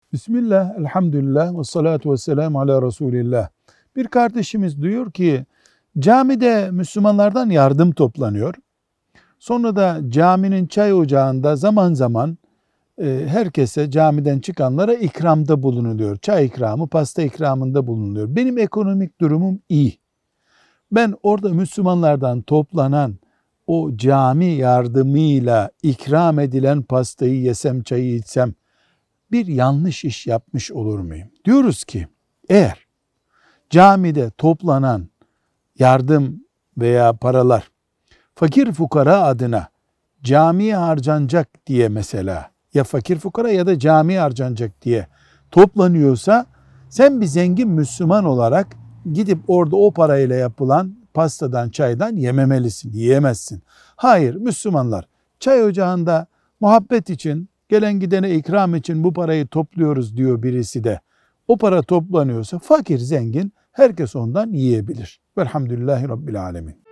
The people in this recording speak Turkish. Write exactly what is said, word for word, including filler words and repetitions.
Bismillah, elhamdülillah ve salatu ve selamu ala Resulillah. Bir kardeşimiz diyor ki, camide Müslümanlardan yardım toplanıyor. Sonra da caminin çay ocağında zaman zaman e, herkese, camiden çıkanlara ikramda bulunuluyor. Çay ikramı, pasta ikramında bulunuluyor. Benim ekonomik durumum iyi. Ben orada Müslümanlardan toplanan o cami yardımıyla ikram edilen pastayı yesem, çayı içsem, bir yanlış iş yapmış olur muyum? Diyoruz ki eğer camide toplanan yardım veya paralar fakir fukara adına camiye harcanacak diye, mesela ya fakir fukara ya da camiye harcanacak diye toplanıyorsa, sen bir zengin Müslüman olarak gidip orada o parayla yapılan pastadan, çaydan yememelisin, yiyemezsin. Hayır, Müslümanlar çay ocağında muhabbet için, gelen gidene ikram için bu parayı topluyoruz diyor birisi de. O para toplanıyorsa fakir zengin herkes ondan yiyebilir. Velhamdülillahi Rabbil Alemin.